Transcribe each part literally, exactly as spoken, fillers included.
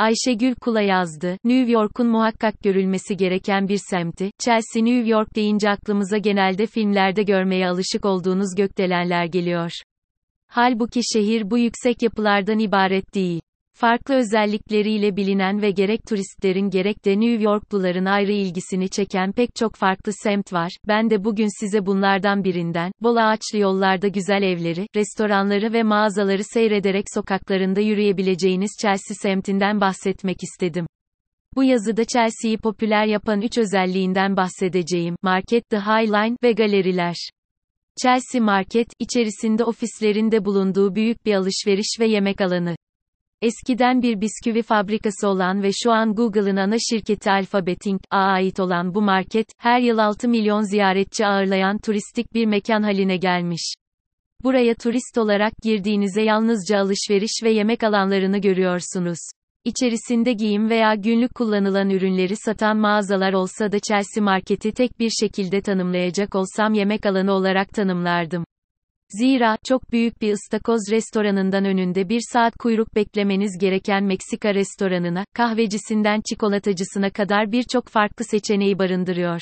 Ayşegül Kula yazdı. New York'un muhakkak görülmesi gereken bir semti. Chelsea New York deyince aklımıza genelde filmlerde görmeye alışık olduğunuz gökdelenler geliyor. Halbuki şehir bu yüksek yapılardan ibaret değil. Farklı özellikleriyle bilinen ve gerek turistlerin gerek de New Yorkluların ayrı ilgisini çeken pek çok farklı semt var. Ben de bugün size bunlardan birinden, bol ağaçlı yollarda güzel evleri, restoranları ve mağazaları seyrederek sokaklarında yürüyebileceğiniz Chelsea semtinden bahsetmek istedim. Bu yazıda Chelsea'yi popüler yapan üç özelliğinden bahsedeceğim: Market, The High Line ve galeriler. Chelsea Market, içerisinde ofislerin de bulunduğu büyük bir alışveriş ve yemek alanı. Eskiden bir bisküvi fabrikası olan ve şu an Google'ın ana şirketi Alphabet Incorporated'a ait olan bu market, her yıl altı milyon ziyaretçi ağırlayan turistik bir mekan haline gelmiş. Buraya turist olarak girdiğinizde yalnızca alışveriş ve yemek alanlarını görüyorsunuz. İçerisinde giyim veya günlük kullanılan ürünleri satan mağazalar olsa da Chelsea Market'i tek bir şekilde tanımlayacak olsam yemek alanı olarak tanımlardım. Zira, çok büyük bir ıstakoz restoranından önünde bir saat kuyruk beklemeniz gereken Meksika restoranına, kahvecisinden çikolatacısına kadar birçok farklı seçeneği barındırıyor.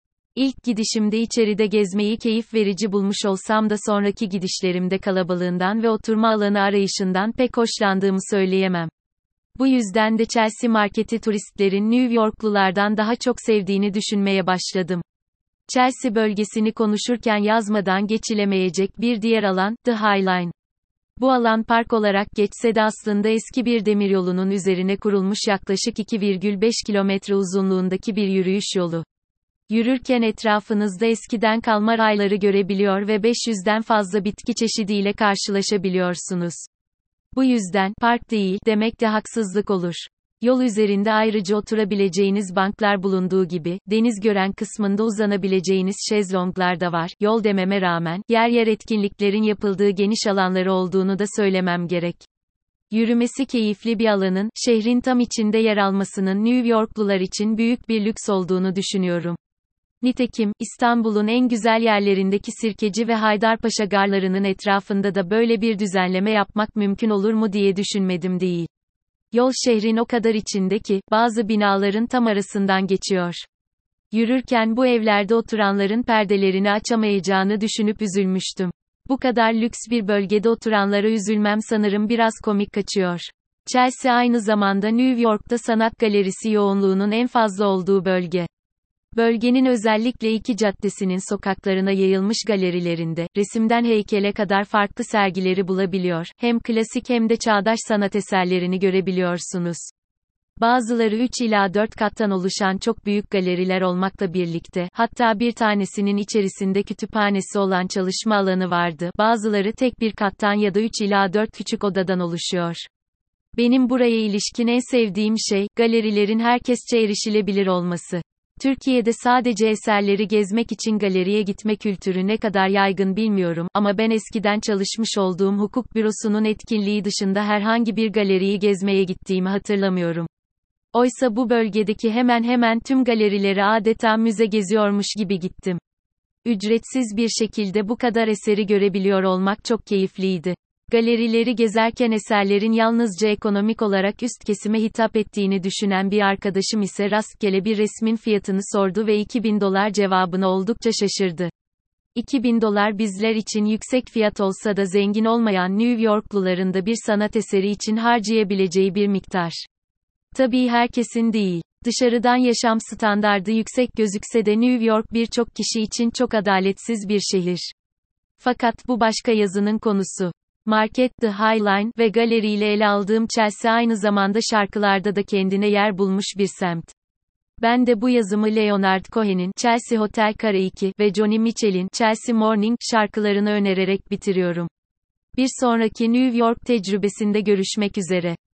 İlk gidişimde içeride gezmeyi keyif verici bulmuş olsam da sonraki gidişlerimde kalabalığından ve oturma alanı arayışından pek hoşlandığımı söyleyemem. Bu yüzden de Chelsea Market'i turistlerin New Yorklulardan daha çok sevdiğini düşünmeye başladım. Chelsea bölgesini konuşurken yazmadan geçilemeyecek bir diğer alan, The High Line. Bu alan park olarak geçse de aslında eski bir demiryolunun üzerine kurulmuş yaklaşık iki virgül beş kilometre uzunluğundaki bir yürüyüş yolu. Yürürken etrafınızda eskiden kalma rayları görebiliyor ve beş yüzden fazla bitki çeşidiyle karşılaşabiliyorsunuz. Bu yüzden, park değil, demek de haksızlık olur. Yol üzerinde ayrıca oturabileceğiniz banklar bulunduğu gibi, deniz gören kısmında uzanabileceğiniz şezlonglar da var. Yol dememe rağmen, yer yer etkinliklerin yapıldığı geniş alanları olduğunu da söylemem gerek. Yürümesi keyifli bir alanın, şehrin tam içinde yer almasının New Yorklular için büyük bir lüks olduğunu düşünüyorum. Nitekim, İstanbul'un en güzel yerlerindeki Sirkeci ve Haydarpaşa garlarının etrafında da böyle bir düzenleme yapmak mümkün olur mu diye düşünmedim değil. Yol şehrin o kadar içinde ki, bazı binaların tam arasından geçiyor. Yürürken bu evlerde oturanların perdelerini açamayacağını düşünüp üzülmüştüm. Bu kadar lüks bir bölgede oturanlara üzülmem sanırım biraz komik kaçıyor. Chelsea aynı zamanda New York'ta sanat galerisi yoğunluğunun en fazla olduğu bölge. Bölgenin özellikle iki caddesinin sokaklarına yayılmış galerilerinde, resimden heykele kadar farklı sergileri bulabiliyor, hem klasik hem de çağdaş sanat eserlerini görebiliyorsunuz. Bazıları üç ila dört kattan oluşan çok büyük galeriler olmakla birlikte, hatta bir tanesinin içerisinde kütüphanesi olan çalışma alanı vardı, bazıları tek bir kattan ya da üç ila dört küçük odadan oluşuyor. Benim buraya ilişkin en sevdiğim şey, galerilerin herkesçe erişilebilir olması. Türkiye'de sadece eserleri gezmek için galeriye gitme kültürü ne kadar yaygın bilmiyorum, ama ben eskiden çalışmış olduğum hukuk bürosunun etkinliği dışında herhangi bir galeriyi gezmeye gittiğimi hatırlamıyorum. Oysa bu bölgedeki hemen hemen tüm galerileri adeta müze geziyormuş gibi gittim. Ücretsiz bir şekilde bu kadar eseri görebiliyor olmak çok keyifliydi. Galerileri gezerken eserlerin yalnızca ekonomik olarak üst kesime hitap ettiğini düşünen bir arkadaşım ise rastgele bir resmin fiyatını sordu ve iki bin dolar cevabına oldukça şaşırdı. iki bin dolar bizler için yüksek fiyat olsa da zengin olmayan New Yorkluların da bir sanat eseri için harcayabileceği bir miktar. Tabii herkesin değil. Dışarıdan yaşam standardı yüksek gözükse de New York birçok kişi için çok adaletsiz bir şehir. Fakat bu başka yazının konusu. Market, The High Line ve galeriyle ele aldığım Chelsea aynı zamanda şarkılarda da kendine yer bulmuş bir semt. Ben de bu yazımı Leonard Cohen'in Chelsea Hotel Karaoke ve Johnny Mitchell'in Chelsea Morning şarkılarını önererek bitiriyorum. Bir sonraki New York tecrübesinde görüşmek üzere.